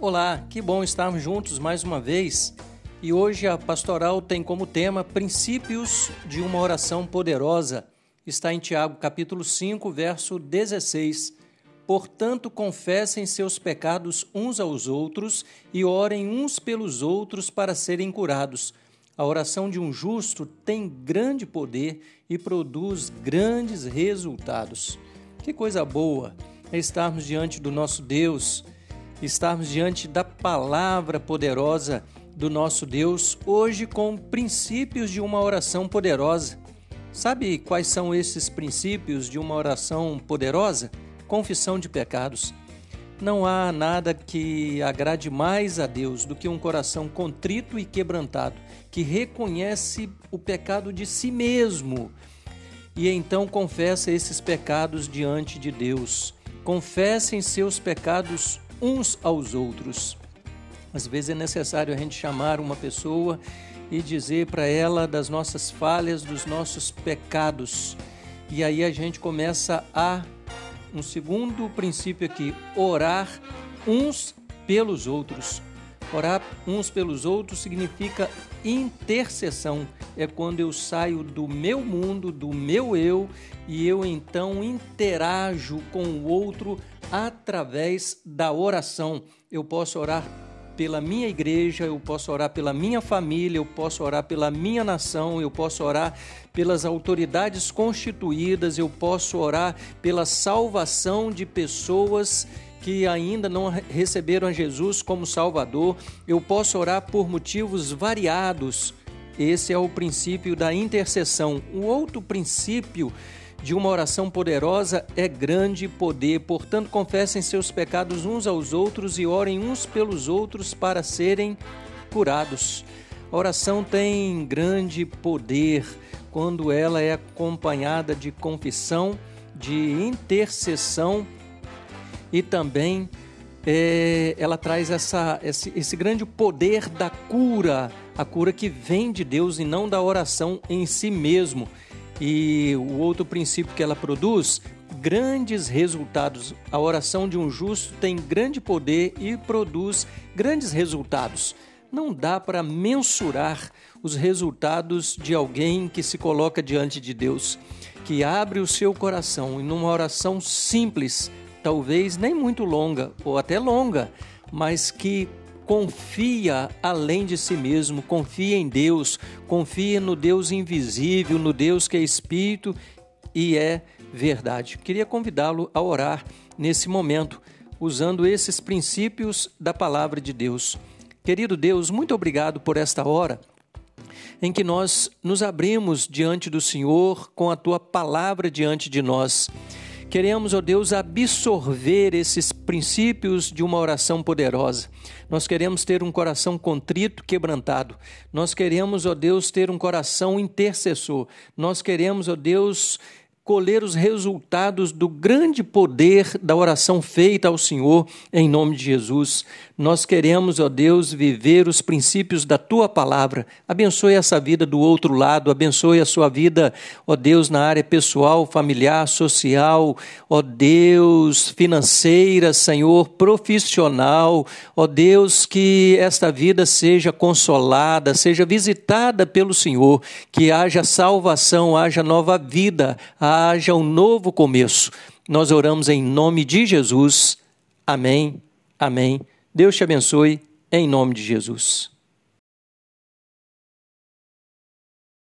Olá, que bom estarmos juntos mais uma vez. E hoje a pastoral tem como tema Princípios de uma oração poderosa. Está em Tiago, capítulo 5, verso 16. Portanto, confessem seus pecados uns aos outros e orem uns pelos outros para serem curados. A oração de um justo tem grande poder e produz grandes resultados. Que coisa boa é estarmos diante do nosso Deus, estarmos diante da palavra poderosa do nosso Deus, hoje com princípios de uma oração poderosa. Sabe quais são esses princípios de uma oração poderosa? Confissão de pecados. Não há nada que agrade mais a Deus do que um coração contrito e quebrantado, que reconhece o pecado de si mesmo e então confessa esses pecados diante de Deus. Confessem seus pecados uns aos outros. Às vezes é necessário a gente chamar uma pessoa e dizer para ela das nossas falhas, dos nossos pecados. E aí a gente começa um segundo princípio aqui, orar uns pelos outros. Orar uns pelos outros significa intercessão. É quando eu saio do meu mundo, do meu eu, e eu então interajo com o outro através da oração. Eu posso orar pela minha igreja, eu posso orar pela minha família, eu posso orar pela minha nação, eu posso orar pelas autoridades constituídas, eu posso orar pela salvação de pessoas que ainda não receberam a Jesus como Salvador, eu posso orar por motivos variados. Esse é o princípio da intercessão. O outro princípio de uma oração poderosa é grande poder. Portanto, confessem seus pecados uns aos outros e orem uns pelos outros para serem curados. A oração tem grande poder quando ela é acompanhada de confissão, de intercessão e também ela traz esse grande poder da cura, a cura que vem de Deus e não da oração em si mesmo. E o outro princípio que ela produz, grandes resultados. A oração de um justo tem grande poder e produz grandes resultados. Não dá para mensurar os resultados de alguém que se coloca diante de Deus, que abre o seu coração e numa oração simples, talvez nem muito longa ou até longa, mas que confia além de si mesmo, confia em Deus, confia no Deus invisível, no Deus que é Espírito e é verdade. Queria convidá-lo a orar nesse momento, usando esses princípios da palavra de Deus. Querido Deus, muito obrigado por esta hora em que nós nos abrimos diante do Senhor com a Tua palavra diante de nós. Queremos, ó Deus, absorver esses princípios de uma oração poderosa. Nós queremos ter um coração contrito, quebrantado. Nós queremos, ó Deus, ter um coração intercessor. Nós queremos, ó Deus, colher os resultados do grande poder da oração feita ao Senhor em nome de Jesus. Nós queremos, ó Deus, viver os princípios da Tua palavra. Abençoe essa vida do outro lado, abençoe a sua vida, ó Deus, na área pessoal, familiar, social, ó Deus, financeira, Senhor, profissional, ó Deus, que esta vida seja consolada, seja visitada pelo Senhor, que haja salvação, haja nova vida, haja um novo começo. Nós oramos em nome de Jesus. Amém, amém. Deus te abençoe, em nome de Jesus.